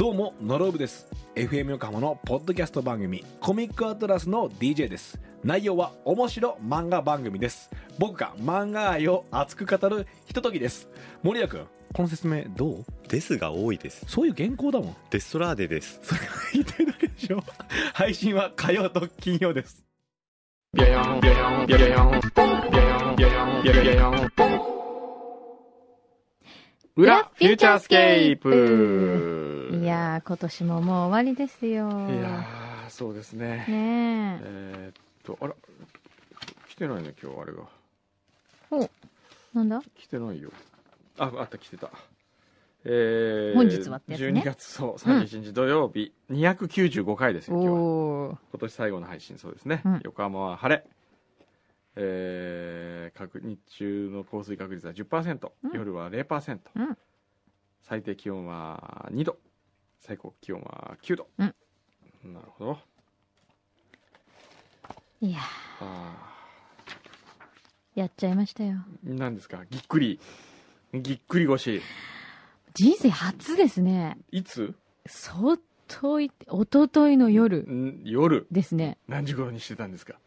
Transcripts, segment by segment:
どうもノロブです。 FM 横浜のポッドキャスト番組コミックアトラスの DJ です。内容は面白漫画番組です。僕が漫画愛を熱く語るひとときです。森谷君、この説明どう？ ですが多いです。 そういう原稿だもん。 デストラーデです。 それが言いたいだけでしょ。配信は火曜と金曜です。 裏フューチャースケープ。 いやー、今年ももう終わりですよ。 いやー、そうですね。 ねあら、来てないね、今日あれが。 お、なんだ？ 来てないよ。あった、来てた。 本日はってやつね。 12月そう31日土曜日、295回ですよ、今日は。 おー。 今年最後の配信、そうですね。横浜は晴れ。日中の降水確率は 10%、夜は 0%、最低気温は2度、最高気温は9度、なるほど。 いややっちゃいましたよ。 何ですか？ぎっくり腰。 人生初ですね。 いつ？ 相当一昨日の夜ですね。 何時頃にしてたんですか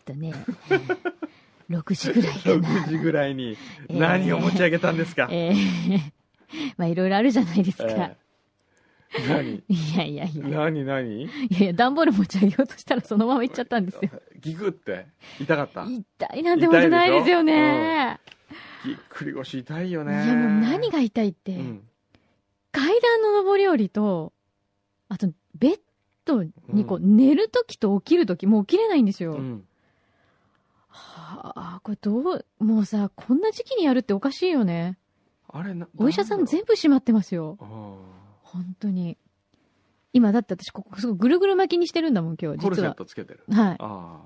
？6時ぐらいかな。 6時ぐらいに何を持ち上げたんですか？ まあいろいろあるじゃないですか。 何？ いや。 何？ いや、段ボール持ち上げようとしたらそのまま行っちゃったんですよ。 ギクって痛かった？ 痛いなんてことないですよね。 ぎっくり腰痛いよね。 いやもう何が痛いって、階段の上り下りと、あとベッドにこう寝るときと起きるとき、もう起きれないんですよ。これもうさ、こんな時期にやるっておかしいよね。お医者さん全部閉まってますよ。本当に。今だって私ここすごいぐるぐる巻きにしてるんだもん今日実は。 コルセットつけてる。 はい。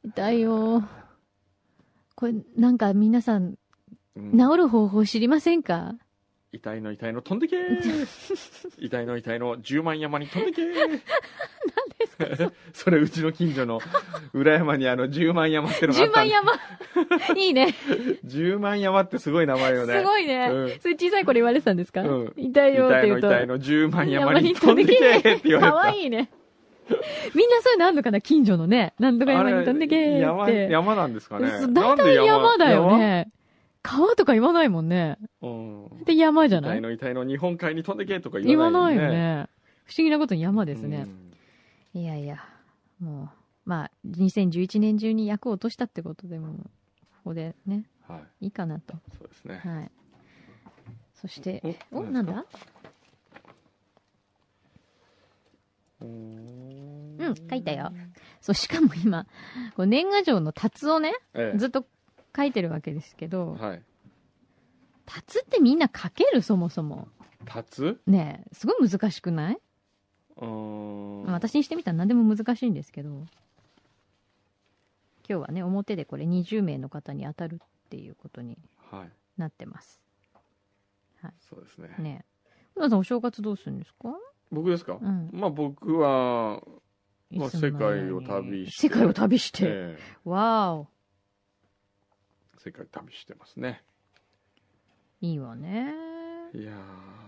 痛いよ。これなんか皆さん、治る方法知りませんか？ 痛いの飛んでけー。痛いの10万山に飛んでけー。何ですかそれうちの近所の裏山に10万山ってのがあったんで。 10万山いいね。 10万山ってすごい名前よね。 すごいね。それ小さい頃言われてたんですか？痛いよって言うと。 痛いの10万山に飛んでけーって言われてた。 かわいいね。みんなそういうのあんのかな、近所のね。なんとか山に飛んでけーって。 山なんですかね。 大体山だよね。川とか言わないもんね。で、山じゃない？ 痛いの日本海に飛んでけとか言わないよね。 言わないよね。不思議なことに山ですね。いや、もう、まあ、2011年中に役を落としたってことでも、ここでね、いいかなと。 そうですね。 はい。そして、なんだ？書いたよ。そう、しかも今、年賀状の辰をね、ずっと書いてるわけですけど、辰ってみんな書ける？そもそも。 辰？ ねえ、すごい難しくない？私にしてみたら何でも難しいんですけど、今日はね、表でこれ20名の方に当たるっていうことになってます。はい。 そうですね。 ねえ。皆さんお正月どうするんですか？ 僕ですか？まあ僕は、世界を旅して。 世界を旅して。わーお。 世界旅してますね。 いいわね。 いや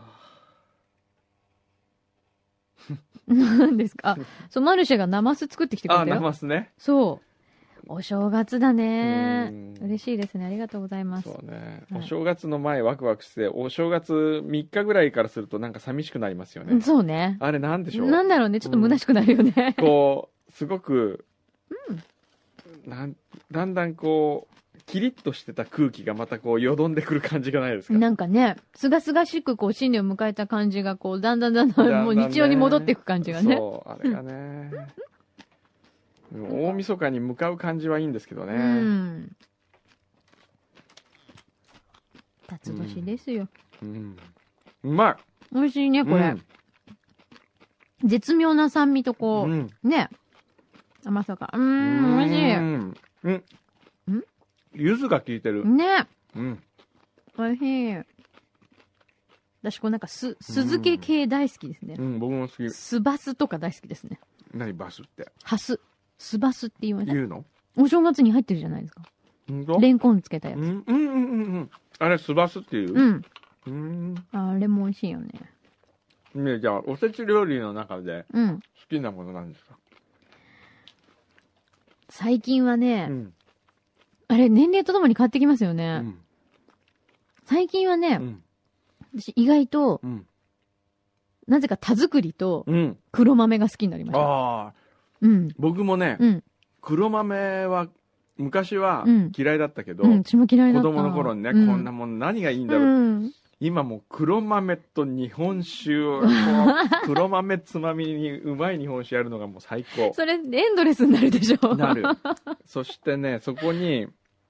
何ですか？そう、マルシェがナマス作ってきてくれたよ。 ナマスね。 そう。お正月だね。嬉しいですね。ありがとうございます。 そうね。お正月の前ワクワクして、お正月3日ぐらいからするとなんか寂しくなりますよね。 そうね。 あれなんでしょう？ なんだろうね。ちょっと虚しくなるよね。 すごく、だんだんキリッとしてた空気がまたよどんでくる感じがないですか？ なんかね、すがすがしく新年を迎えた感じがだんだんもう日常に戻っていく感じがね。 そう、あれがね。大晦日に向かう感じはいいんですけどね。 辰年ですよ。 うまい。 美味しいね、これ。絶妙な酸味とね、甘さが。美味しい。 柚子が効いてる。 ね。美味しい。私なんか酢漬け系大好きですね。 僕も好き。 酢バスとか大好きですね。 何バスって？ ハス。酢バスって言いました。 言うの？ お正月に入ってるじゃないですか。レンコンつけたやつ。 あれ酢バスっていう？ あれも美味しいよね。 ね、じゃあおせち料理の中で好きなものなんですか？ 最近はね、あれ年齢とともに変わってきますよね。最近はね、私意外と、なぜか田作りと黒豆が好きになりました。ああ、 僕もね、黒豆は昔は嫌いだったけど、 私も嫌いだった。 子供の頃にね、こんなもん何がいいんだろう。今もう黒豆と日本酒を、黒豆つまみにうまい日本酒やるのがもう最高。 それエンドレスになるでしょ。 なる。そしてね、そこに、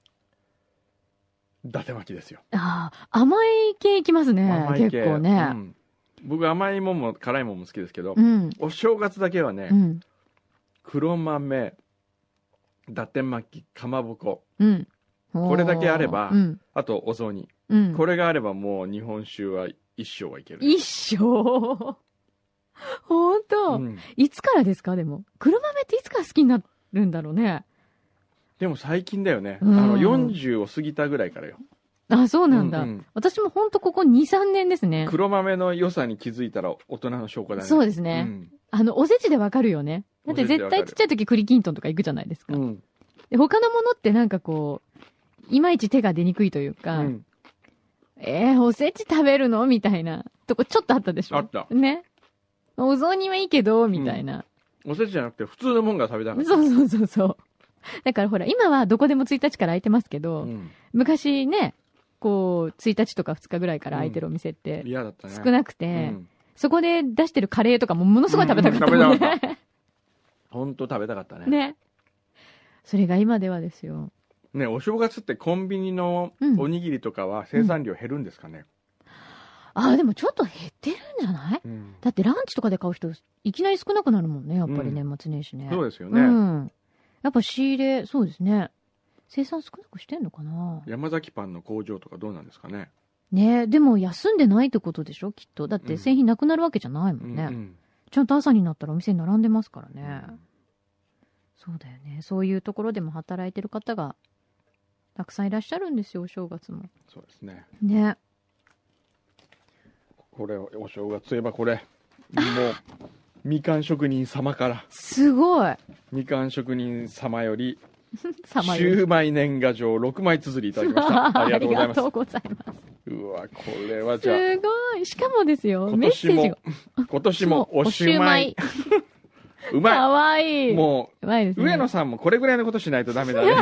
伊達巻きですよ。 ああ、甘い系いきますね。結構ね。 僕甘いもんも辛いもんも好きですけど、お正月だけはね、黒豆、伊達巻き、かまぼこ、これだけあれば、あとお雑煮、これがあればもう日本酒は一生はいける。 一生ほんと、いつからですか？でも黒豆っていつから好きになるんだろうね。 でも最近だよね。40を過ぎたぐらいからよ。 あ、そうなんだ。私もほんとここ2、3年ですね。 黒豆の良さに気づいたら大人の証拠だね。 そうですね。おせちでわかるよね。だって絶対ちっちゃい時栗きんとんとか行くじゃないですか。で他のものってなんかこう、いまいち手が出にくいというか、おせち食べるのみたいなとこちょっとあったでしょ。あった。ね。お雑煮はいいけど、みたいな。 おせちじゃなくて普通のもんが食べたかった。 そう。だからほら、今はどこでも1日から空いてますけど、昔ね、こう、1日とか2日ぐらいから空いてるお店って、少なくて、そこで出してるカレーとかもものすごい食べたかったもんね。 ほんと食べたかったね。 ね。それが今ではですよ。 ね、お正月ってコンビニのおにぎりとかは生産量減るんですかね？ ああ、でもちょっと減ってるんじゃない？だってランチとかで買う人、いきなり少なくなるもんね、やっぱり年末年始ね。 そうですよね。 やっぱ仕入れ、そうですね。生産少なくしてんのかな？ 山崎パンの工場とかどうなんですかね？ ねえ、でも休んでないってことでしょ、きっと。だって製品なくなるわけじゃないもんね。ちゃんと朝になったらお店に並んでますからね。そうだよね。そういうところでも働いてる方がたくさんいらっしゃるんですよ、お正月も。 そうですね。 ね。 これ、お正月といえばこれ、もう、みかん職人様から。 すごい。 みかん職人様より、シューマイ年賀状6枚綴りいただきました。ありがとうございます。 ありがとうございます。 うわ、これはじゃあ。 すごい。しかもですよ、メッセージが。 今年もおシューマイ。うまい。 かわいい。 もう、 うまいですね。 上野さんもこれぐらいのことしないとダメだね。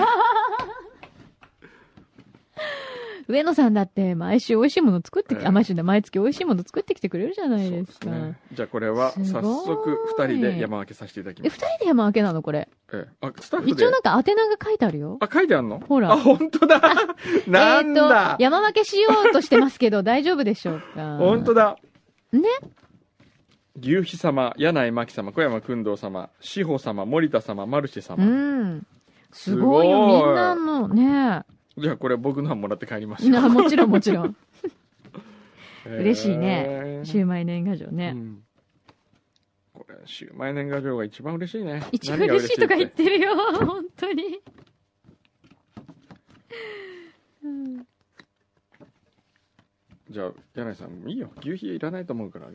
上野さんだって毎週美味しいもの作って毎月美味しいもの作ってきてくれるじゃないですか。 じゃあこれは早速2人で山分けさせていただきます。 2人で山分けなのこれ。 スタッフで一応なんか宛名が書いてあるよ。 書いてあるの？ ほら。 本当だ。なんだ。 山分けしようとしてますけど大丈夫でしょうか？ 本当だ。 ね。 牛肥様、柳井真紀様、小山君堂様、志保様、森田様、マルシェ様。 すごいよ、みんなのね。 じゃあこれ僕のはもらって帰ります。 もちろんもちろん。嬉しいね。シューマイ年賀状ね。 これ、シューマイ年賀状が一番嬉しいね。 一番嬉しいとか言ってるよ、本当に。 じゃあ、柳井さん、いいよ。牛皮いらないと思うから。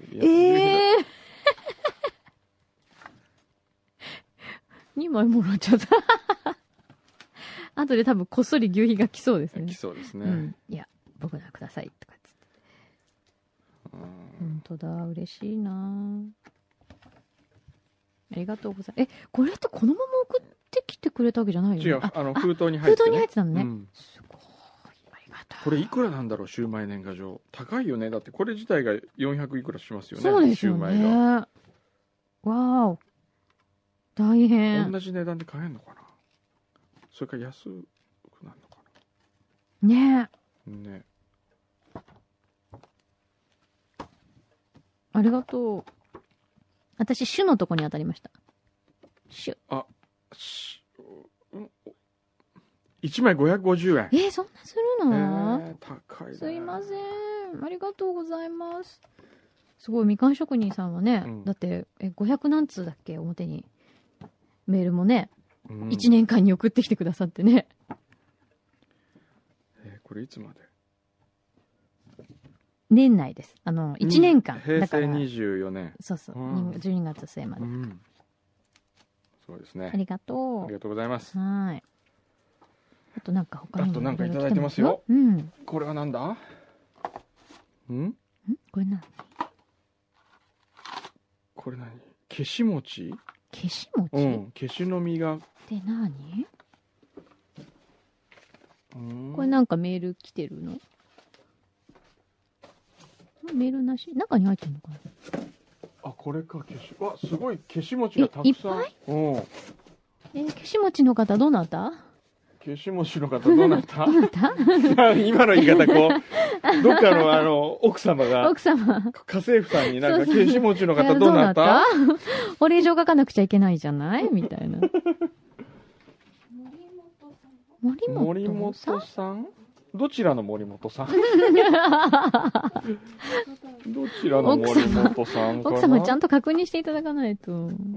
2枚もらっちゃった。後で多分こっそり牛皮が来そうですね。 来そうですね。 いや、僕のくださいとかっつって。本当だ、嬉しいな。ありがとうございます。これってこのまま送ってきてくれたわけじゃないよね。 違う、封筒に入って。 封筒に入ってたのね。すごい。ありがとう。 これいくらなんだろう、シューマイ年賀状。高いよね。だってこれ自体が400いくらしますよね。 そうですよね。シューマイが。わーお。大変。 同じ値段で買えるのかな。それから安くなるのかな。ねえ。ね。 ありがとう。私、種のとこに当たりました。種。 1枚550円。 そんなするの？ 高いね。 すいません。ありがとうございます。すごい、みかん職人さんはね、だって、500何通だっけ、表に。メールもね、1年間に送ってきてくださってね。 これいつまで？ 年内です。1年間。 平成24年。 そうそう。12月末まで。 そうですね。 ありがとう。 ありがとうございます。 はい。あとなんか他にも。 あとなんかいただいてますよ。 うん。 これはなんだ？ これ何？ これ何？消し餅？ 消し餅？ 消しの実が。 で何？これなんかメール来てるの？メールなし？中に入ってんのかな？ あ、これか、わ、すごい消し餅がたくさん。 いっぱい？消し餅の方どうなった？ 消し餅の方どうなった？ どうなった？ 今の言い方こう、どっかの奥様が、 奥様。 家政婦さんになんか消し餅の方どうなった？ お礼状書かなくちゃいけないじゃないみたいな。 森本さん？どちらの森本さん？どちらの森本さんかな？ 奥様ちゃんと確認していただかないと。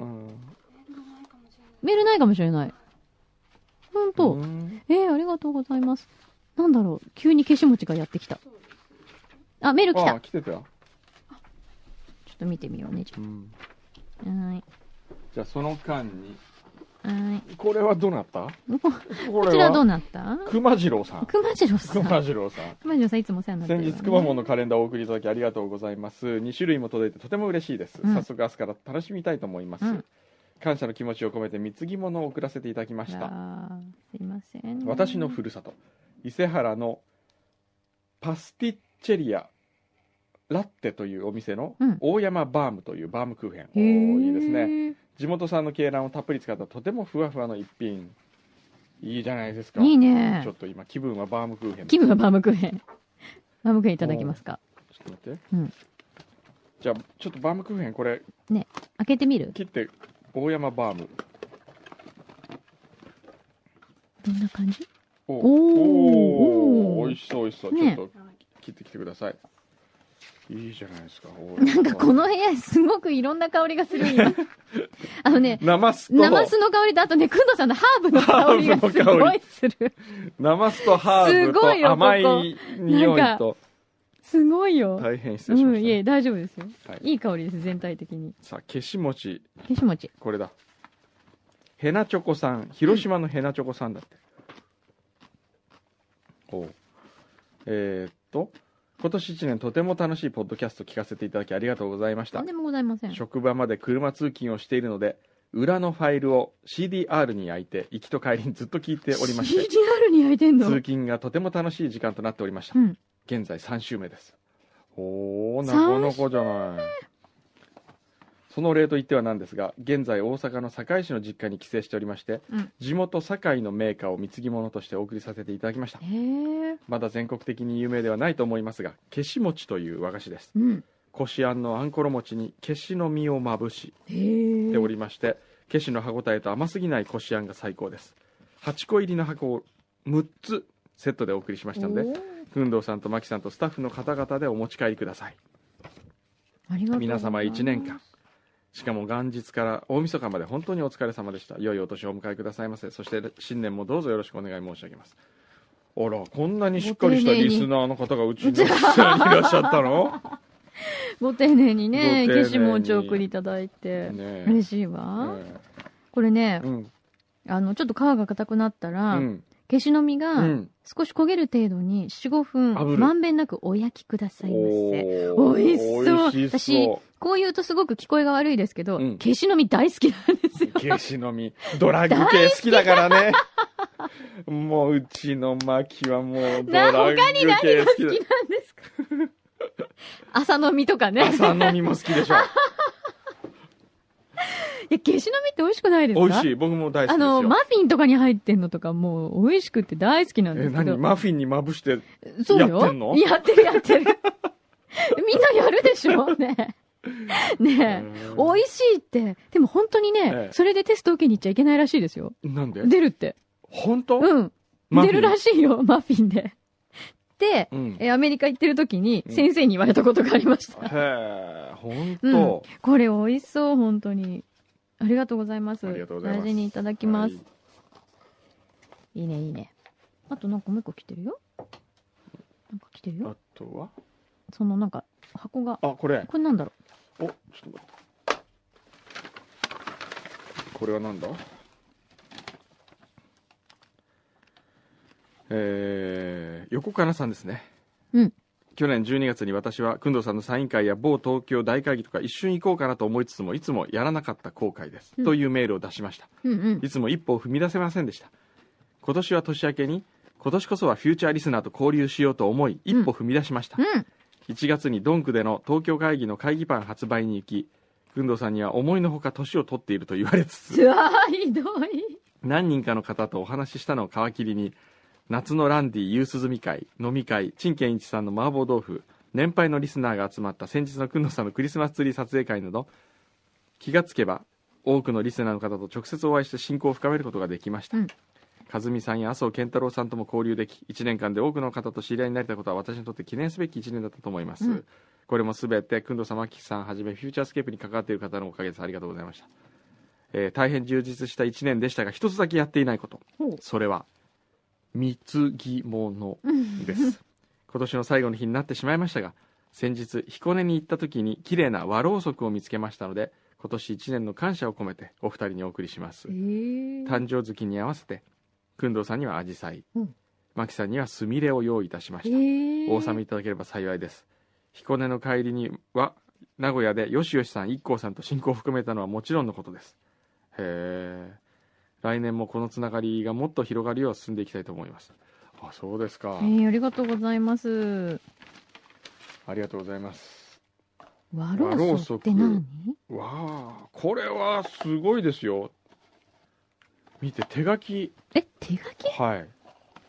メールないかもしれない。ほんと。ありがとうございます。なんだろう、急に消し餅がやってきた。あ、メール来た。 来てたよ。 ちょっと見てみようね、じゃあ。はい。 じゃあその間に。 はい。 これはどうなった？ こちらどうなった？ 熊次郎さん。 熊次郎さん。 熊次郎さん。 熊次郎さんいつもお世話になってる、 先日くまモンのカレンダーをお送りいただきありがとうございます。2種類も届いてとても嬉しいです。早速明日から楽しみたいと思います。感謝の気持ちを込めて貢ぎ物を送らせていただきました。 すいません。 私のふるさと伊勢原のパスティッチェリアラッテというお店の大山バームというバームクーヘン、いいですね。地元産の鶏卵をたっぷり使ったとてもふわふわの一品。いいじゃないですか。 いいね。 ちょっと今気分はバームクーヘン。 気分はバームクーヘン。バームクーヘンいただきますか。 ちょっと待って。じゃあちょっとバームクーヘンこれね、開けてみる？ 切って大山バーム。 どんな感じ？ おー、美味しそう美味しそう。ちょっと切ってきてください。いいじゃないですか。 なんかこの部屋すごくいろんな香りがする今。 ナマスの香りとあとね、くんどさんのハーブの香りがすごいする。 ナマスとハーブと甘い匂いと。 すごいよ。 大変失礼しました。 いえ、大丈夫ですよ。いい香りです、全体的に。 さあ、消し餅。 消し餅。 これだ。ヘナチョコさん。広島のヘナチョコさんだって。今年1年とても楽しいポッドキャスト聞かせていただきありがとうございました。 とんでもございません。 職場まで車通勤をしているので、裏のファイルを CDR に焼いて、行きと帰りにずっと聞いておりまして、 CDR に焼いてんの？ 通勤がとても楽しい時間となっておりました。現在3週目です。なかなかじゃない。その例といってはなんですが、現在大阪の堺市の実家に帰省しておりまして、地元堺のメーカーを貢ぎ物としてお送りさせていただきました。まだ全国的に有名ではないと思いますが、消し餅という和菓子です。こしあんのあんころ餅に消しの実をまぶしておりまして、消しの歯ごたえと甘すぎないこしあんが最高です。8個入りの箱を6つセットでお送りしましたので、くんどうさんとまきさんとスタッフの方々でお持ち帰りください。皆様1年間、しかも元日から大晦日まで本当にお疲れ様でした。良いお年をお迎えくださいませ。そして新年もどうぞよろしくお願い申し上げます。あら、こんなにしっかりしたリスナーの方がうちの下にいらっしゃったの？ ご丁寧にね、消し餅を送りいただいて、嬉しいわ。これね、ちょっと皮が硬くなったら、消しの実が少し焦げる程度に4、5分まんべんなくお焼きくださいませ。美味しそう。私、こう言うとすごく聞こえが悪いですけど、消しの実大好きなんですよ。 消しの実。ドラッグ系好きだからね。もううちのマキはもうドラッグ系好きだ。 他に何が好きなんですか？朝飲みとかね。 朝飲みも好きでしょ。 消しの実って美味しくないですか？ 美味しい。僕も大好きですよ。 マフィンとかに入ってんのとかもう美味しくて大好きなんですけど。 何？マフィンにまぶしてやってんの？ やってる。みんなやるでしょねえ。美味しいって。でも本当にね、それでテスト受けに行っちゃいけないらしいですよ。 なんで？ 出るって。 本当？ 出るらしいよ、マフィンで。で、アメリカ行ってる時に先生に言われたことがありました。 本当。 これ美味しそう、本当に。ありがとうございます。 ありがとうございます。 大事にいただきます。いいね。あとなんかもう一個来てるよ。あとはそのなんか箱が。 あ、これなんだろう。お、ちょっと待って。これはなんだ。横かなさんですね。 うん。 去年12月に私は工藤さんのサイン会や某東京大会議とか一瞬行こうかなと思いつつもいつもやらなかった後悔です、というメールを出しました、いつも一歩を踏み出せませんでした。今年は年明けに今年こそはフューチャーリスナーと交流しようと思い一歩踏み出しました、1月にドンクでの東京会議の会議パン発売に行き、工藤さんには思いのほか年を取っていると言われつつ、 ひどい。 何人かの方とお話ししたのを皮切りに、夏のランディ夕涼み会、飲み会、陳健一さんの麻婆豆腐、年配のリスナーが集まった先日の工藤さんのクリスマスツリー撮影会など、気がつけば多くのリスナーの方と直接お会いして親交を深めることができました、和美さんや麻生健太郎さんとも交流でき、1年間で多くの方と知り合いになれたことは私にとって記念すべき1年だったと思います、これもすべて工藤さん、マキさんはじめフューチャースケープに関わっている方のおかげです。ありがとうございました、大変充実した1年でしたが、一つだけやっていないこと、それは貢ぎ物です、今年の最後の日になってしまいましたが、先日彦根に行った時に綺麗な和ろうそくを見つけましたので、今年1年の感謝を込めてお二人にお送りします、誕生月に合わせて工藤さんにはアジサイ、マキさんにはスミレを用意いたしました、お納めいただければ幸いです。彦根の帰りには名古屋でよしよしさん、一行さんと親交を含めたのはもちろんのことです。来年もこのつながりがもっと広がるよう進んでいきたいと思います。あ、そうですか。 ありがとうございます。 ありがとうございます。 和ろうそくって何？ わあ、これはすごいですよ。見て、手書き。 手書き？ はい。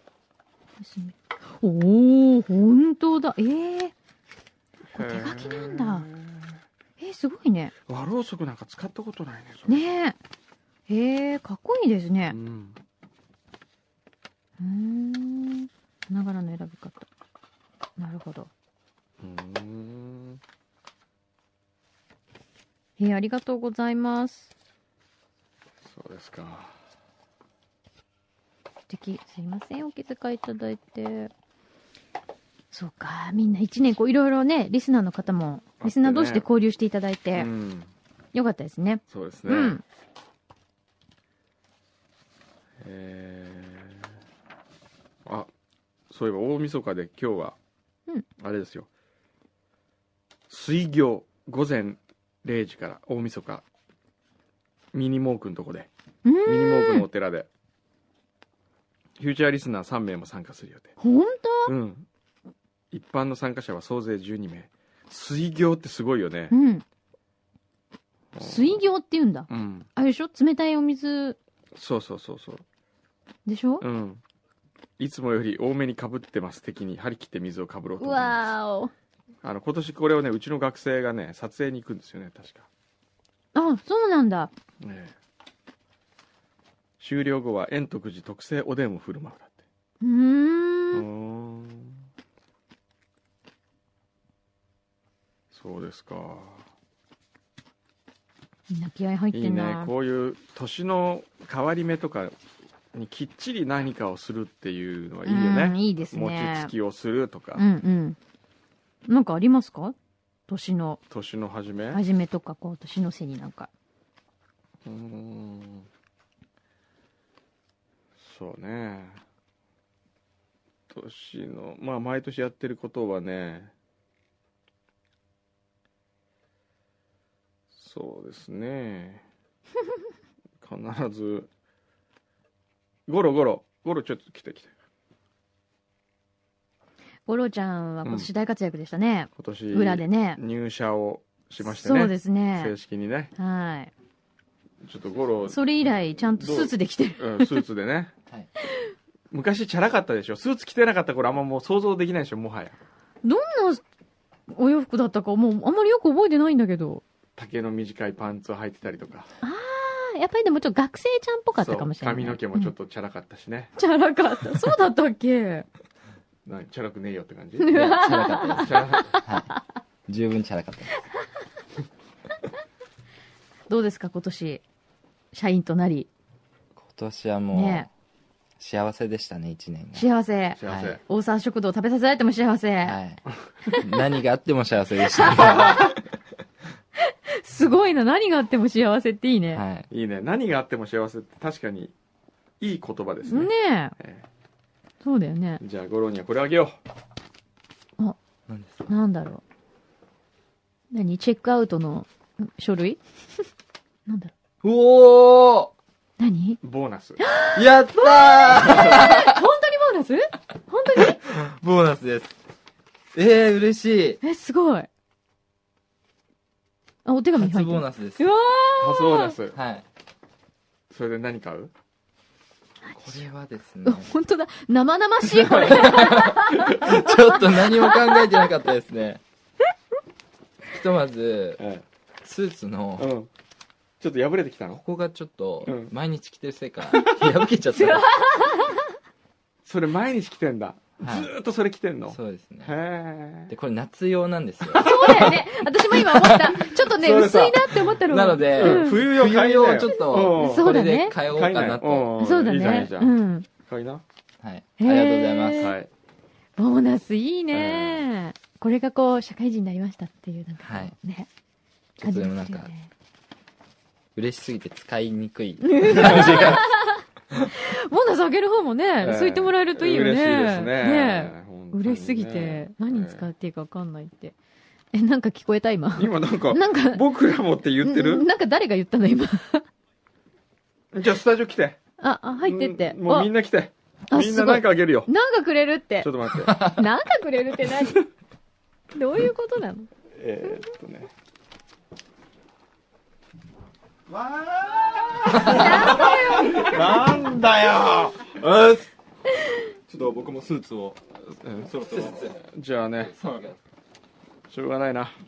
おお、本当だ。これ手書きなんだ。すごいね。 和ろうそくなんか使ったことないね。それねえ。かっこいいですね。花柄の選び方。なるほど。ありがとうございます。 そうですか。 素敵。すいません、お気遣いいただいて。そうか、みんな一年いろいろね、リスナーの方も、リスナー同士で交流していただいて、よかったですね。 そうですね。あ、そういえば大晦日で今日は、あれですよ、水行午前0時から大晦日ミニモークのとこで、ミニモークのお寺でフューチャーリスナー3名も参加する予定。 本当？ 一般の参加者は総勢12名。水行ってすごいよね。 水行って言うんだ。あれでしょ、冷たいお水。 そうでしょ。 いつもより多めにかぶってます的に張り切って水をかぶろうと思います。 今年これをね、うちの学生がね、撮影に行くんですよね、確か。 あ、そうなんだ。 終了後は円徳寺特製おでんを振る舞うだって。そうですか。 みんな気合入ってんな。 いいね、こういう年の変わり目とかにきっちり何かをするっていうのはいいよね。 いいですね。 餅つきをするとか。 なんかありますか？年の初め？ 初めとか、年の瀬になんか。 そうね。毎年やってることはね、そうですね。必ず、ゴロちょっと来て。 ゴロちゃんは今年大活躍でしたね。 今年裏でね、 入社をしましてね。 そうですね。 正式にね。 はい。 ちょっとゴロ。 それ以来ちゃんとスーツで着てる。 スーツでね。昔チャラかったでしょ。スーツ着てなかった頃あんまもう想像できないでしょ、もはや。 どんなお洋服だったかもうあんまりよく覚えてないんだけど。 丈の短いパンツを履いてたりとか。 やっぱりでもちょっと学生ちゃんっぽかったかもしれない。 髪の毛もちょっとチャラかったしね。 チャラかった。そうだったっけ？ チャラくねえよって感じ？ チャラかったです。十分チャラかったです。 どうですか今年社員となり。 今年はもう、 幸せでしたね、1年が。 幸せ。 幸せ。 大沢食堂食べさせられても幸せ。 はい。何があっても幸せでした。 すごいな。何があっても幸せっていいね。 はい。 いいね。何があっても幸せって確かにいい言葉ですね。 ねえ。そうだよね。 じゃあ、五郎にはこれあげよう。あ、なんだろう。何？チェックアウトの書類なんだろう。 おー！ 何？ ボーナス。 やったー本当にボーナス？本当にボーナスです。嬉しい。 すごい。あ、お手紙入ってる。 初ボーナスです。 うわー！初ボーナス。 はい。 それで何買う？ これはですね。 本当だ。生々しいこれ。 ちょっと何も考えてなかったですね。ひとまず、スーツの、 ちょっと破れてきたの？ ここがちょっと、毎日着てるせいか、破けちゃった。 それ毎日着てんだ。ずーっとそれ着てんの？ そうですね。 へで、これ夏用なんですよ。 そうだよね。私も今思った。ちょっとね、薄いなって思ったの。 なので、 冬用ちょっと、これで買おうかなと。 そうだね。 うん。買いな。 はい。ありがとうございます。はい。 ボーナスいいね。これがこう、社会人になりましたっていう、なんかね。 ちょっとでもなんか、嬉しすぎて使いにくい感じが。 ボーナスあげる方もね、そう言ってもらえるといいよね。 嬉しいですね。 嬉しすぎて、何に使っていいか分かんないって。なんか聞こえた今。 今なんか、僕らもって言ってる？ なんか誰が言ったの今。 じゃあスタジオ来て。 入ってって。 もうみんな来て。みんななんかあげるよ。 なんかくれるって。 ちょっと待って。 なんかくれるって何？どういうことなの？ ね。なんだよ。 ちょっと僕もスーツを、そろそろ。 じゃあね。しょうがないな。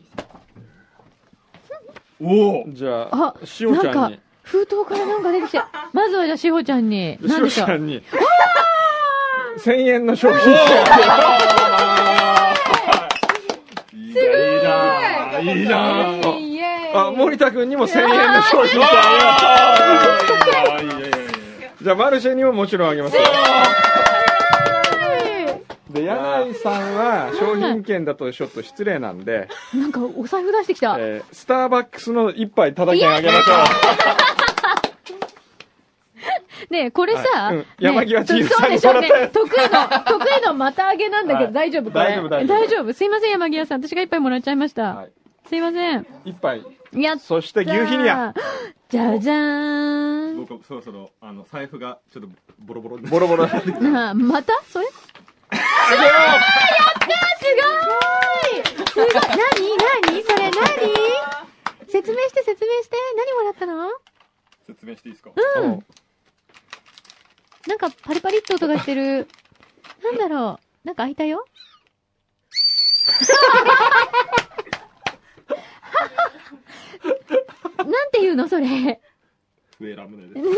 おお。 じゃあ、しほちゃんに。 封筒からなんか出てきて。まずはじゃあしほちゃんに。 しほちゃんに。1000円の商品券。 すごい。 いいじゃん。あ、森田くんにも1000円の商品券あげます。じゃあマルシェにももちろんあげます。で、柳井さんは商品券だとちょっと失礼なんで、 なんかお財布出してきた。 スターバックスの一杯ただ券あげましょう。ねえ、これさ、 山際千尋さんにもらったやつ。 得意のまたあげなんだけど、大丈夫これ。大丈夫。すいません、山際さん。私が一杯もらっちゃいました。すいません。 一杯。そして牛皮ニア。 じゃじゃーん。 僕そろそろ財布がちょっとボロボロにボロボロ。 またそれ？やったー、すごい。何それ何？説明して何もらったの？ 説明していいですか？ なんかパリパリって音がしてる。なんだろう。なんか開いたよ。なんて言うのそれ。 笛ラムネです。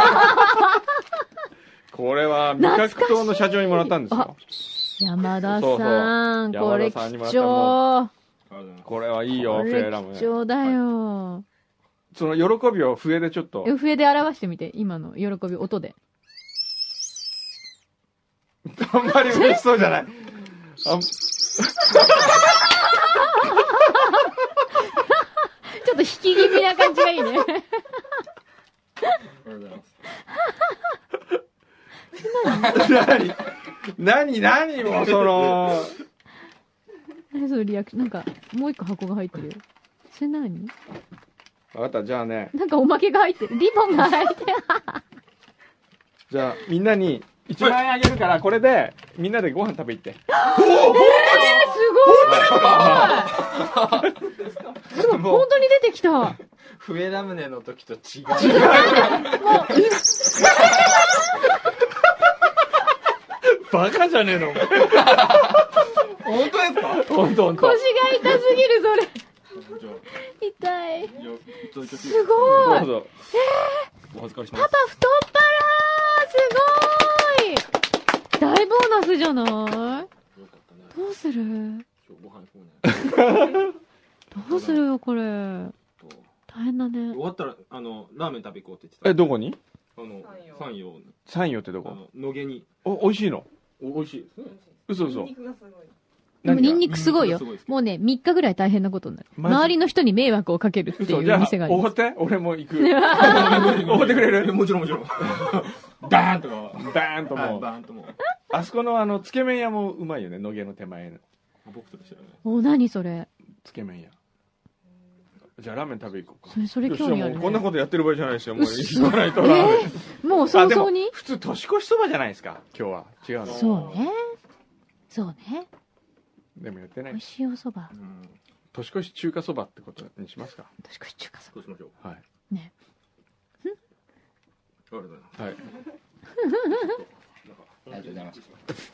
これは味覚糖の社長にもらったんですよ。 山田さん、これ貴重。 これはいいよ、笛ラムネ。 貴重だよ。 その喜びを笛でちょっと。 笛で表してみて、今の喜び音で。 あんまり嬉しそうじゃない。 ちょっと引き気味な感じがいいね。 ありがとうございます。何もうその。 何そのリアクション。なんか、もう一個箱が入ってるよ。それ何？ 分かった、じゃあね。 なんかおまけが入ってる。リボンが入ってる。 じゃあ、みんなに1万円あげるから、これで、みんなでご飯食べ行って。 すごい本当に出てきた。 笛ラムネの時と違う。 バカじゃねえの。 本当ですか？ 本当。 腰が痛すぎる、それ。痛い。すごい。 どうぞ。 お預かりします。 パパ太っ腹。すごい。大ボーナスじゃない？どうする？どうするよ、これ。大変だね。 終わったら、ラーメン食べ行こうって言ってた。 どこに？ 山陽。 山陽ってどこ？ 野毛に。 美味しいの？ 美味しいですね。 嘘。 でもニンニクすごいよ。もうね、3日ぐらい大変なことになる。周りの人に迷惑をかけるっていう店がある。 おごって、俺も行く。おごってくれる？ もちろん。ダーンともう。 あそこのつけ麺屋もうまいよね、野毛の手前の。 僕としてはね。 何それ？ つけ麺屋。じゃあラーメン食べ行こうか。 それ興味あるね。 こんなことやってる場合じゃないですよ。もう行かないとラーメン。 もう早々に？ 普通年越しそばじゃないですか、今日は。違うの？ そうね。 でもやってない。 美味しいお蕎麦。 年越し中華そばってことにしますか？ 年越し中華そば。 そうしましょう。 はい。 ね。 ありがとうございます。 はい。 ありがとうございます。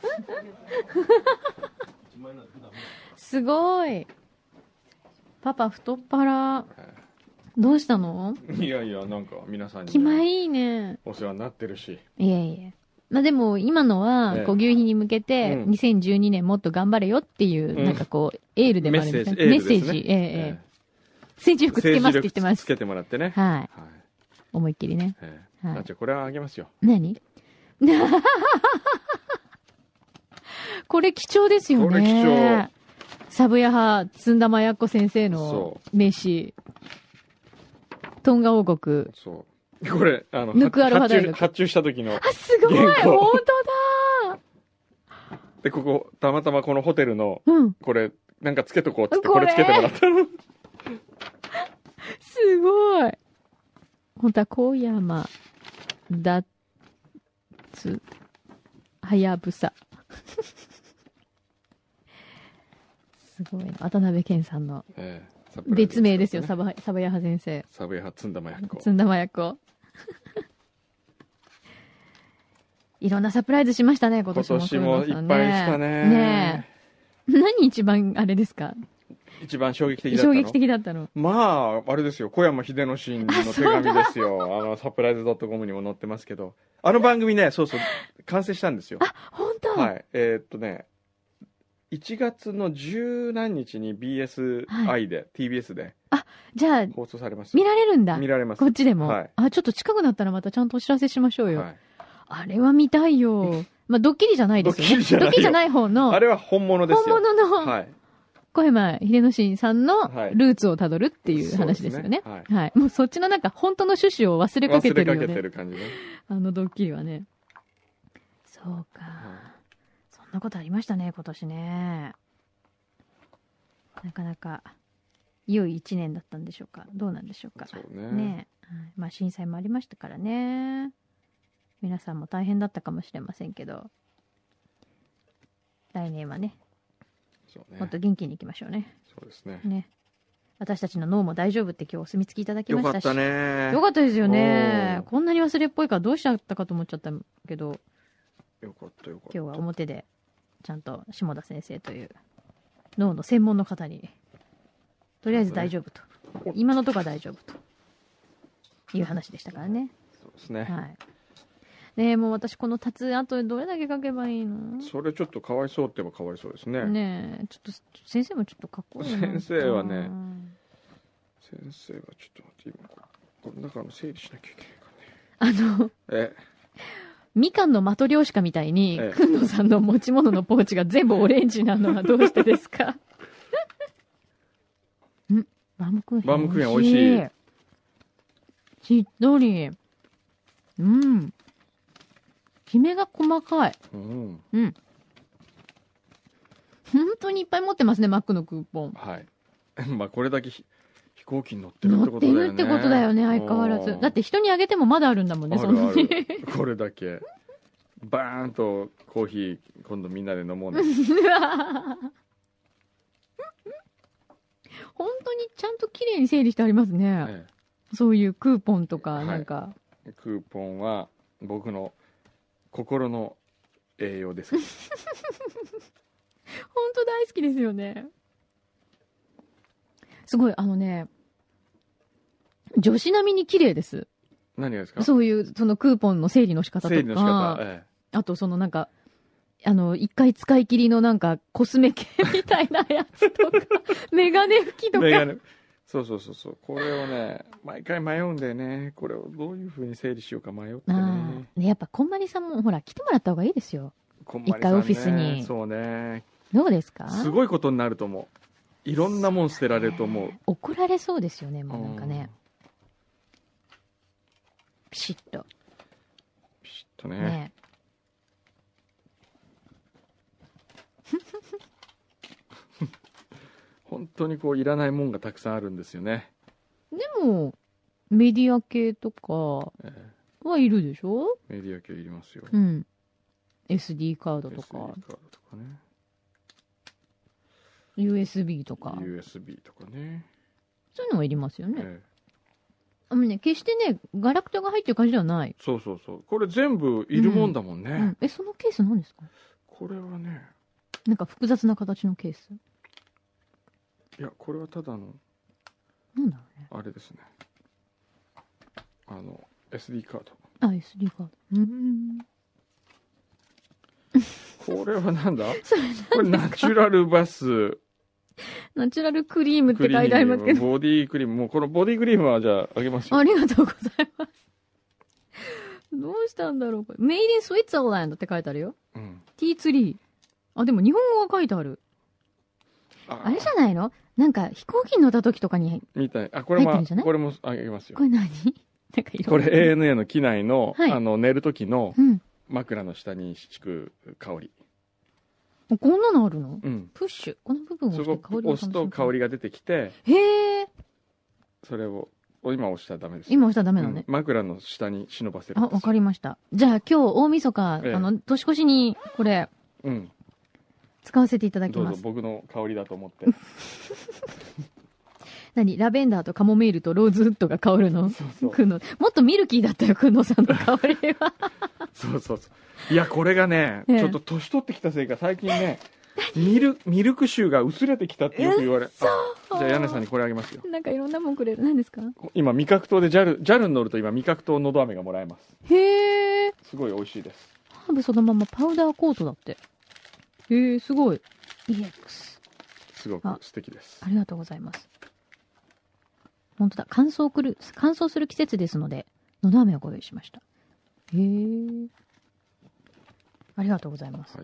すごい。パパ太っ腹。どうしたの？ いやなんか皆さんに気前いいね。 お世話になってるし。 いえ。まあでも今のは牛皮に向けて2012年もっと頑張れよっていうなんかこうエールでもあるんですね。メッセージ。政治服つけますって言ってます。 つけてもらってね。 はい。思いっきりね。 じゃあこれはあげますよ。 何？これ貴重ですよね。 これ貴重。 サブヤ派津田麻也子先生の名詞。トンガ王国。 そう。これ、 ヌクアロファ大学。 発注した時の。 すごい本当だで、ここ、たまたまこのホテルの、これ、なんかつけとこうってって、これつけてもらったの。 すごい。本当は、小山、だつ、はやぶさ。すごい。渡辺謙さんの。別名ですよ、サバヤハ先生。 サバヤハ、津田麻也子。 津田麻也子。いろんなサプライズしましたね、今年も。 今年もいっぱいしたね。 ねえ。何一番あれですか？ 一番衝撃的だったの？ 衝撃的だったの。 まあ、あれですよ、小山秀之進の手紙ですよ。サプライズ .com にも載ってますけど。あの番組ね、そう、完成したんですよ。 あ、本当？ はい。1月の十何日に BSI で、TBS で。 じゃあ、 放送されます。 見られるんだ。 見られます。 こっちでも。 はい。 ちょっと近くなったらまたちゃんとお知らせしましょうよ。はい。あれは見たいよ。まあ、ドッキリじゃないですよね。ドッキリじゃない方の。 あれは本物ですよ。 本物の。 はい。 小山秀之進さんのルーツをたどるっていう話ですよね。はい。もうそっちのなんか本当の趣旨を忘れかけてるよね。 忘れかけてる感じね。 ドッキリはね。そうか。そんなことありましたね、今年ね。なかなか良い一年だったんでしょうか。どうなんでしょうか。 そうね。 ね。まあ震災もありましたからね。皆さんも大変だったかもしれませんけど、来年はね、もっと元気にいきましょうね。 そうですね。 ね。私たちの脳も大丈夫って今日お墨付きいただきましたし。 よかったね。 よかったですよね。こんなに忘れっぽいからどうしちゃったかと思っちゃったけど。 よかった。今日は表でちゃんと下田先生という脳の専門の方に、とりあえず大丈夫と。今のところは大丈夫という話でしたからね。 そうですね。 はい。ねえ、もう私このタツあとどれだけ書けばいいの？ それちょっとかわいそうって言えばかわいそうですね。 ねえ、ちょっと先生もちょっと書こうよ。 先生はね、ちょっと待って今この中の整理しなきゃいけないからね。 みかんの的漁師かみたいに、くんのさんの持ち物のポーチが全部オレンジなのはどうしてですか？バームクーヘン。 バームクーヘン美味しい。 しっとり。きめが細かい。本当にいっぱい持ってますね、マックのクーポン。 はい。まあこれだけ飛行機に乗ってるってことだよね。 乗ってるってことだよね、相変わらず。だって人にあげてもまだあるんだもんね、そんなに。 これだけ。バーンとコーヒー、今度みんなで飲もうね。 本当にちゃんと綺麗に整理してありますね。そういうクーポンとか、なんか。 クーポンは僕の心の栄養です。 本当大好きですよね。すごい、女子並みに綺麗です。 何がですか？ そういう、そのクーポンの整理の仕方とか。 整理の仕方。 あと、そのなんか、一回使い切りのなんかコスメ系みたいなやつとか、メガネ拭きとか。 そうそうそうそう。これをね、毎回迷うんだよね。これをどういう風に整理しようか迷ってね。 やっぱこんまりさんもほら来てもらった方がいいですよ。 こんまりさんね、 一回オフィスに。 そうね。 どうですか？ すごいことになると思う。いろんなもん捨てられると思う。 怒られそうですよね、もうなんかね。ピシッと。 ピシッとね。本当にこういらないもんがたくさんあるんですよね。 でもメディア系とかはいるでしょ？ メディア系いりますよ。 うん。SD カードとか。SD カードとかね。USB とか。 USB とかね。 そういうのもいりますよね。決してね、ガラクタが入ってる感じではない。 そうそうそう。これ全部いるもんだもんね。 そのケース何ですか？これはね。 なんか複雑な形のケース。 いや、これはただの。 なんだろうね。 あれですね。SD カード。SD カード。これはなんだこれナチュラルバス。 ナチュラルクリームって書いてありますけど。 ボディクリーム。もうこのボディクリームはじゃああげますよ。 ありがとうございます。どうしたんだろうこれ。メイドインスイッツァーランドって書いてあるよ。T3。でも日本語が書いてある。あれじゃないの？なんか飛行機に乗った時とかに。 みたい。これもあげますよ。 これ何？ これ ANA の機内の、寝る時の枕の下に敷く香り。 こんなのあるの？プッシュ。この部分を押して香りを押すと香りが出てきて。 へえ。 それを今押したらダメです。 今押したらダメなのね。 枕の下に忍ばせる。 わかりました。じゃあ今日大晦日、年越しにこれ、使わせていただきます。 どうぞ僕の香りだと思って。 何ラベンダーとカモミールとローズウッドが香るの？そうもっとミルキーだったよ、くんのさんの香りは。 そうそうそう。いや、これがね、ちょっと年取ってきたせいか、最近ね、ミルク臭が薄れてきたってよく言われる。じゃあ、屋根さんにこれあげますよ。 なんかいろんなもんくれる。何ですか？ 今、味覚糖で JAL に乗ると今、味覚糖のど飴がもらえます。 へー。 すごい美味しいです。 ハーブそのままパウダーコートだって。へー、すごい。EX。 すごく素敵です。 ありがとうございます。本当だ。乾燥する季節ですので、のど飴をご用意しました。へー。ありがとうございます。はい、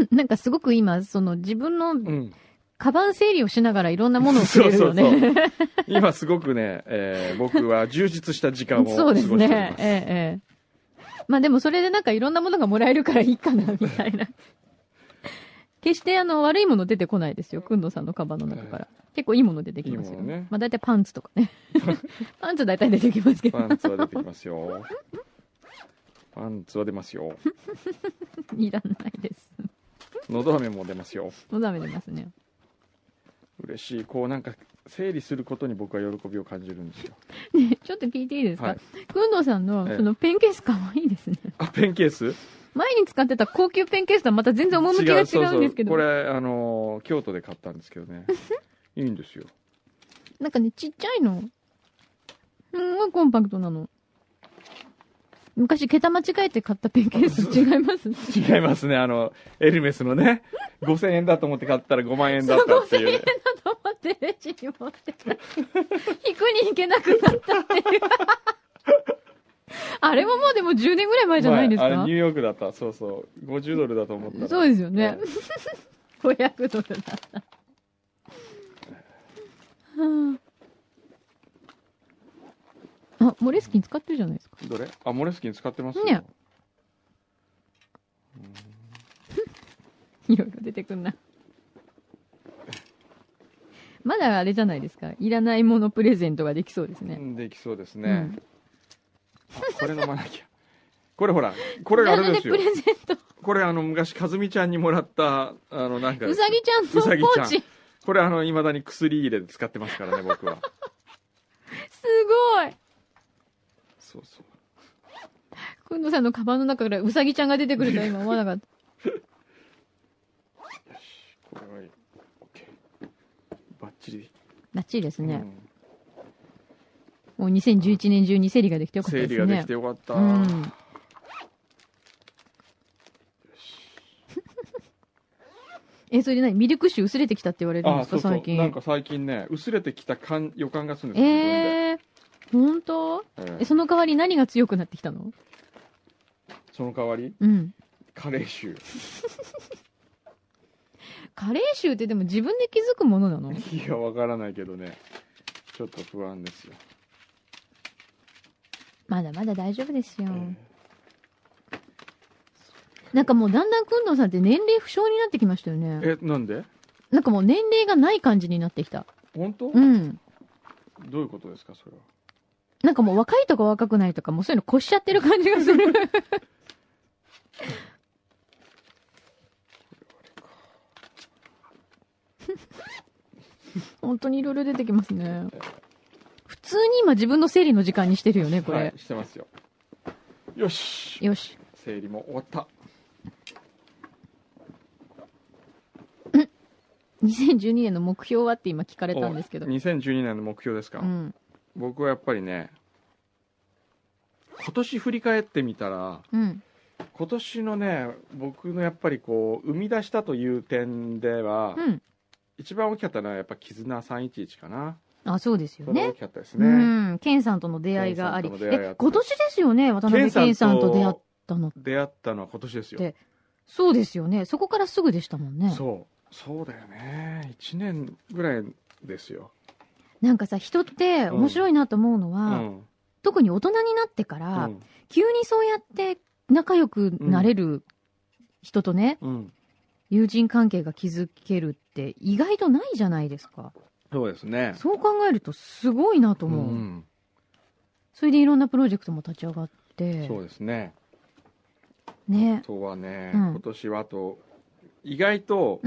なんかすごく今、自分の、カバン整理をしながらいろんなものをくれるよね。そう今すごくね、僕は充実した時間を過ごしております。そうですね。 まあでもそれでなんかいろんなものがもらえるからいいかな、みたいな。決して悪いもの出てこないですよ。くんどさんのカバンの中から。結構いいもの出てきますよね。まあ大体パンツとかね。パンツ大体出てきますけど。 パンツは出てきますよ。パンツは出ますよ。 いらないです。 のど飴も出ますよ。 のど飴出ますね。 嬉しい。こうなんか整理することに僕は喜びを感じるんですよ。 ね、ちょっと聞いていいですか？くんどさんのそのペンケースかわいいですね。 ペンケース？ 前に使ってた高級ペンケースとはまた全然趣が違うんですけど。 これ京都で買ったんですけどね。いいんですよ。 なんかね、ちっちゃいの。すんごいコンパクトなの。昔、桁間違えて買ったペンケース違いますね。 違いますね。エルメスのね、5000円だと思って買ったら5万円だったっていう、ね。 5000円だと思ってレジに持ってた。引くに引けなくなったっていう。あれももうでも10年ぐらい前じゃないですか？ あれニューヨークだった。そうそう。50ドルだと思ったら。 そうですよね。500ドルだった。モレスキン使ってるじゃないですか。 どれ？モレスキン使ってますよ。 ね。いろいろ出てくんな。まだあれじゃないですか。いらないものプレゼントができそうですね。 できそうですね。これ飲まなきゃ。これほら、これあれですよ。 プレゼント。 これ昔、かずみちゃんにもらった、なんか。 うさぎちゃんのポーチ。 これ未だに薬入れで使ってますからね、僕は。 すごい。 そうそう。 くんどさんのカバンの中からうさぎちゃんが出てくるとは今思わなかった。 よし、これはいい。OK。バッチリ。 バッチリですね。もう2011年中に整理ができてよかったですね。 整理ができてよかった。 それで何ミルク臭薄れてきたって言われるんですか、最近。 なんか最近ね、薄れてきた予感がするんですよ。 ほんと？その代わり何が強くなってきたの？ その代わり？加齢臭。 加齢臭ってでも自分で気づくものなの？ いや、わからないけどね。ちょっと不安ですよ。 まだまだ大丈夫ですよ。なんかもうだんだんくんどうさんって年齢不詳になってきましたよね。 なんで？ なんかもう年齢がない感じになってきた。 本当？ うん。 どういうことですか、それは。 なんかもう若いとか若くないとか、もうそういうの越しちゃってる感じがする。本当にいろいろ出てきますね。普通に今自分の整理の時間にしてるよね、これ。 はい、してますよ。よし。 よし。 整理も終わった。 2012年の目標はって今聞かれたんですけど。 2012年の目標ですか？僕はやっぱりね、今年振り返ってみたら、今年のね、僕のやっぱりこう生み出したという点では、一番大きかったのはやっぱ絆311かな。 あ、そうですよね。 大きかったですね。 ケンさんとの出会いがあり。今年ですよね、渡辺ケンさんと出会ったの。 出会ったのは今年ですよ。 そうですよね。そこからすぐでしたもんね。 そうだよね。1年ぐらいですよ。 なんかさ、人って面白いなと思うのは、特に大人になってから、急にそうやって仲良くなれる人とね、友人関係が築けるって意外とないじゃないですか。 そうですね。 そう考えるとすごいなと思う。それでいろんなプロジェクトも立ち上がって。 そうですね。 ね。 あとはね、今年はあと、意外と、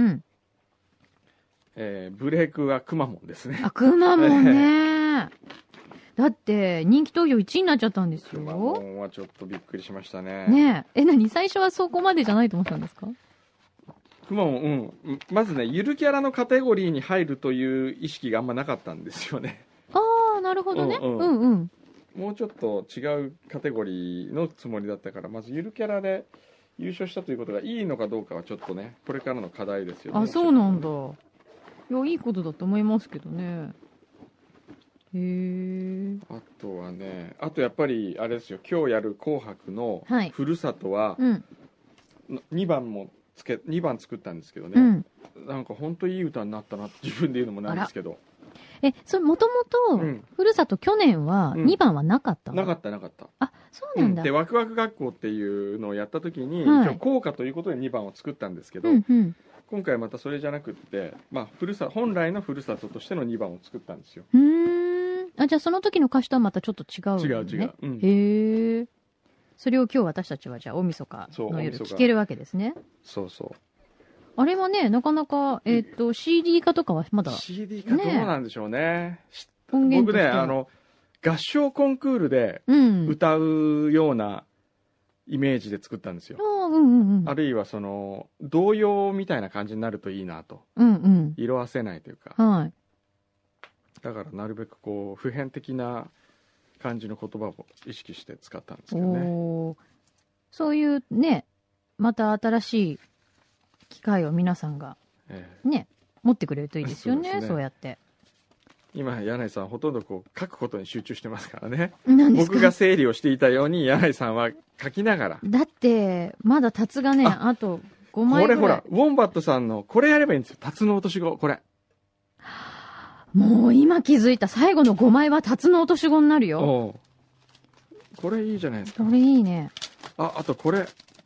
ブレイクはくまモンですね。 くまモンね。だって人気投票1位になっちゃったんですよ。くまモンはちょっとびっくりしましたね。 ねえ。何最初はそこまでじゃないと思ったんですか？ くまモン、まずね、ゆるキャラのカテゴリーに入るという意識があんまなかったんですよね。 ああ、なるほどね。 もうちょっと違うカテゴリーのつもりだったから、まずゆるキャラで優勝したということがいいのかどうかはちょっとね、これからの課題ですよね。 あ、そうなんだ。いや、いいことだと思いますけどね。へえ。 あとはね、あとやっぱりあれですよ、今日やる紅白のふるさとは、2番作ったんですけどね、なんか本当いい歌になったなって自分で言うのもなんですけど。 それもともと、ふるさと去年は2番はなかったの？ なかった。 あ、そうなんだ。 で、ワクワク学校っていうのをやった時に、校歌ということで2番を作ったんですけど、今回またそれじゃなくって、本来のふるさととしての2番を作ったんですよ。 じゃあその時の歌詞とはまたちょっと違うのね。 違う。 へえ。それを今日私たちはじゃあ大晦日の夜聴けるわけですね。 そう。 あれはね、なかなか、CD 化とかはまだ。 CD 化どうなんでしょうね。僕ね、合唱コンクールで歌うようなイメージで作ったんですよ。あるいはその、童謡みたいな感じになるといいなと。色あせないというか。だからなるべくこう、普遍的な感じの言葉を意識して使ったんですけどね。 そういうね、また新しい機会を皆さんがね、持ってくれるといいですよね、そうやって。 今、柳井さんほとんどこう書くことに集中してますからね。僕が整理をしていたように柳井さんは書きながら。 だってまだタツがね、あと5枚ぐらい。 これほら、ウォンバットさんのこれやればいいんですよ。タツの落とし子、これ。 もう今気づいた、最後の5枚はタツの落とし子になるよ。 これいいじゃないですか。 これいいね。 あとこれ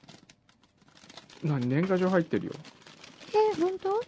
年賀状入ってるよ。 本当？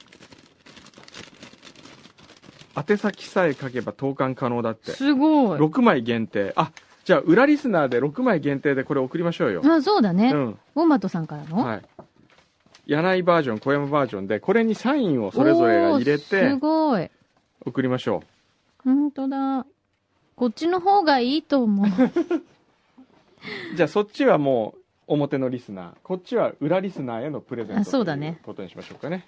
宛先さえ書けば投函可能だって。 すごい。 6枚限定。じゃあ裏リスナーで6枚限定でこれ送りましょうよ。 そうだね。ウォンバットさんからの。 はい。柳井バージョン、小山バージョンでこれにサインをそれぞれが入れて。 すごい。 送りましょう。本当だ。こっちの方がいいと思う。 じゃあそっちはもう表のリスナー、こっちは裏リスナーへのプレゼントということにしましょうかね。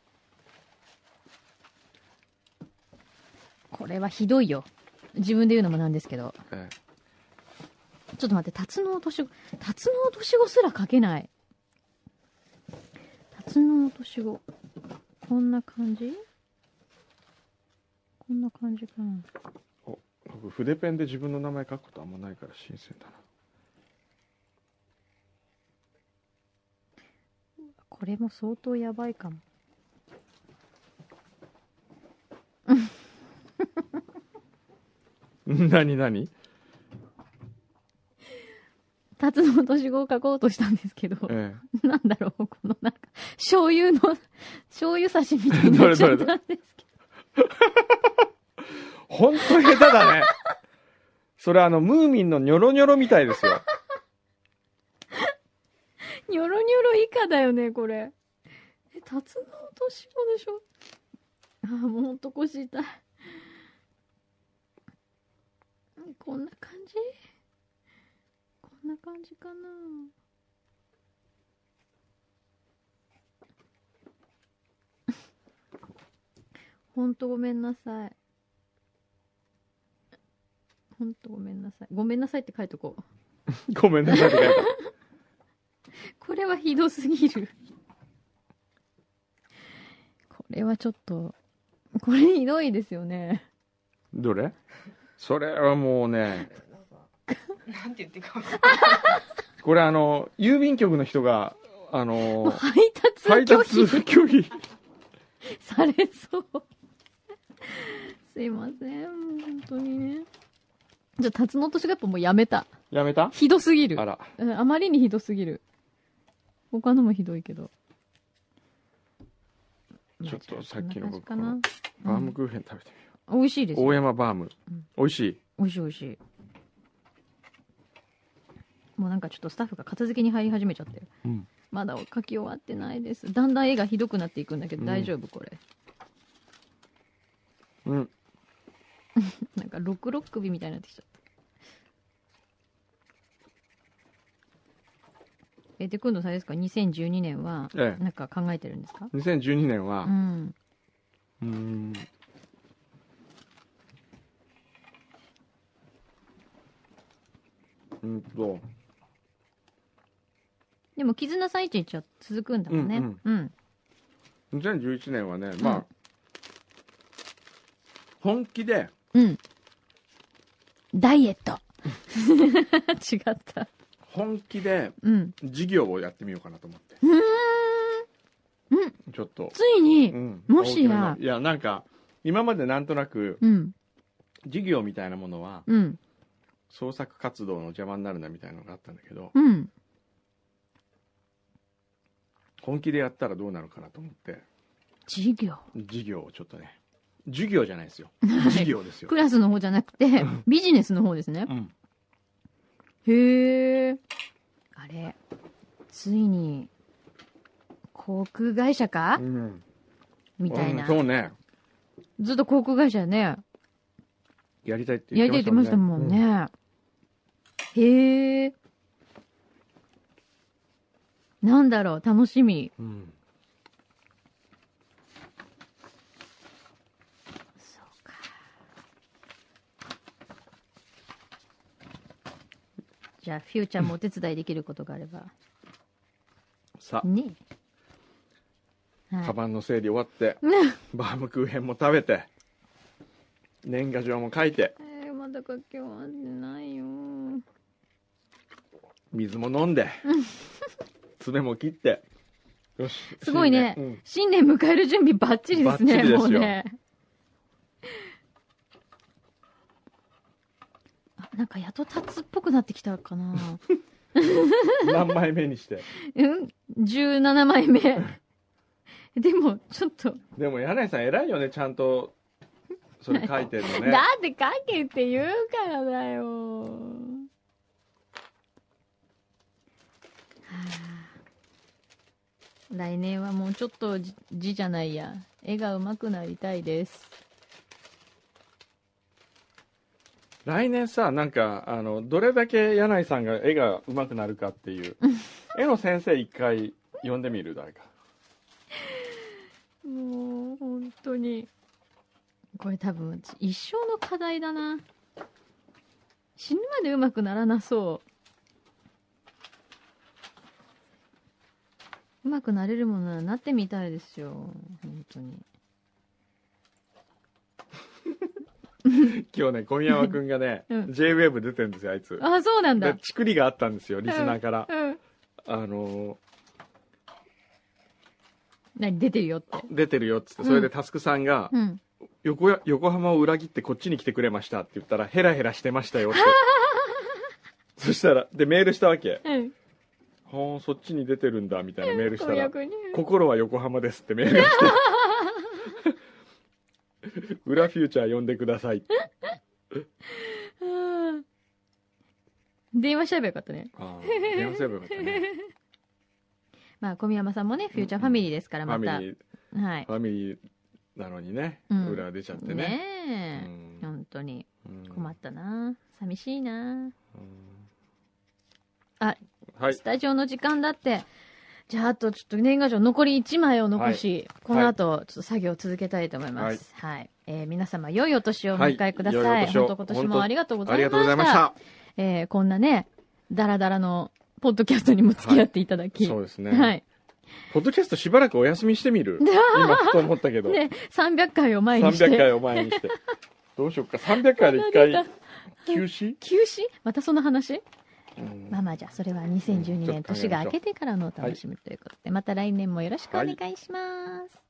これはひどいよ。自分で言うのもなんですけど。ちょっと待って、タツの落とし子すら書けない。タツの落とし子。 こんな感じこんな感じかな。 僕筆ペンで自分の名前書くことあんまないから新鮮だな。 これも相当やばいかも。 何タツノオトシゴを書こうとしたんですけど、なんだろう、このなんか、醤油差しみたいになっちゃったんですけど。 ほんと下手だね。それムーミンのニョロニョロみたいですよ。 ニョロニョロ以下だよね、これ。タツノオトシゴでしょ。もうほんと腰痛い。こんな感じ？こんな感じかな。ほんとごめんなさい。ほんとごめんなさい。ごめんなさいって書いとこう。ごめんなさいって書いた。 これはひどすぎる。これはちょっと、これひどいですよね。 どれ？それはもうね。 なんて言ってかこれ郵便局の人が配達拒否されそう。すいません、本当にね。じゃあタツノオトシゴやっぱもうやめた。 やめた？ ひどすぎる。 あら。 あまりにひどすぎる。他のもひどいけど。 ちょっとさっきの僕バームクーヘン食べてみよう。美味しいですよ。 大山バーム。美味しい。 美味しい美味しい。もうなんかちょっとスタッフが片付けに入り始めちゃって、まだ書き終わってないです。だんだん絵がひどくなっていくんだけど、大丈夫これ？なんか六首みたいになってきちゃった。で今度さですか、2012年はなんか考えてるんですか ？2012年はでも絆さ1は続くんだもんね。 2011年はね、まあ本気でダイエット違った。 本気で事業をやってみようかなと思って。ちょっとついに、もしやいやなんか今までなんとなく事業みたいなものは創作活動の邪魔になるなみたいなのがあったんだけど、本気でやったらどうなるかなと思って。 事業をちょっとね、授業じゃないですよ、事業ですよ。 クラスの方じゃなくてビジネスの方ですね。へえ。あれついに航空会社か、みたいな。 そうね。 ずっと航空会社ね。 やりたいって言ってましたもんね。 へえ。なんだろう、楽しみ。そうか。じゃあ、フューちゃんもお手伝いできることがあれば。 さあ。 ね。 カバンの整理終わって、バームクーヘンも食べて、年賀状も書いて。 まだ書き終わってないよ。 水も飲んで。爪も切って。よし。 すごいね。新年迎える準備バッチリですね、もうね。なんかやっとタツっぽくなってきたかな。 何枚目にして。 17枚目。でもちょっと。 でも柳井さん偉いよね、ちゃんとそれ書いてるのね。 だって書けって言うからだよ。来年はもうちょっと字じゃないや、絵が上手くなりたいです。 来年さ、なんかどれだけ柳井さんが絵が上手くなるかっていう絵の先生一回呼んでみる？誰か。 もう本当にこれ多分一生の課題だな。死ぬまで上手くならなそう。 うまくなれるものならなってみたいですよ。本当に。 今日ね、小宮山くんがね、J-WAVE 出てるんですよ、あいつ。 あ、そうなんだ。 チクリがあったんですよ、リスナーから。 何、出てるよって。 出てるよっつって、それでタスクさんが、横浜を裏切ってこっちに来てくれましたって言ったら、ヘラヘラしてましたよって。そしたら、で、メールしたわけ。はあ、そっちに出てるんだ、みたいなメールしたら、心は横浜ですってメールが来て。裏フューチャー呼んでください。 電話しちゃえばよかったね。 電話すればよかったね。 まあ、小宮山さんもね、フューチャーファミリーですから、また。 ファミリーなのにね、裏出ちゃってね。 ねえ。本当に。困ったな。寂しいな。あ、スタジオの時間だって。じゃあ、あとちょっと年賀状残り1枚を残し、この後、ちょっと作業を続けたいと思います。はい。皆様、良いお年をお迎えください。本当今年もありがとうございました。ありがとうございました。こんなね、ダラダラのポッドキャストにも付き合っていただき。 そうですね。はい。ポッドキャストしばらくお休みしてみる今、ふと思ったけど。ね、 300回を前にして。 300回を前にして。どうしよっか、300回で1回、休止またその話まあまあ、じゃあ、それは2012年年が明けてからのお楽しみということで、また来年もよろしくお願いします。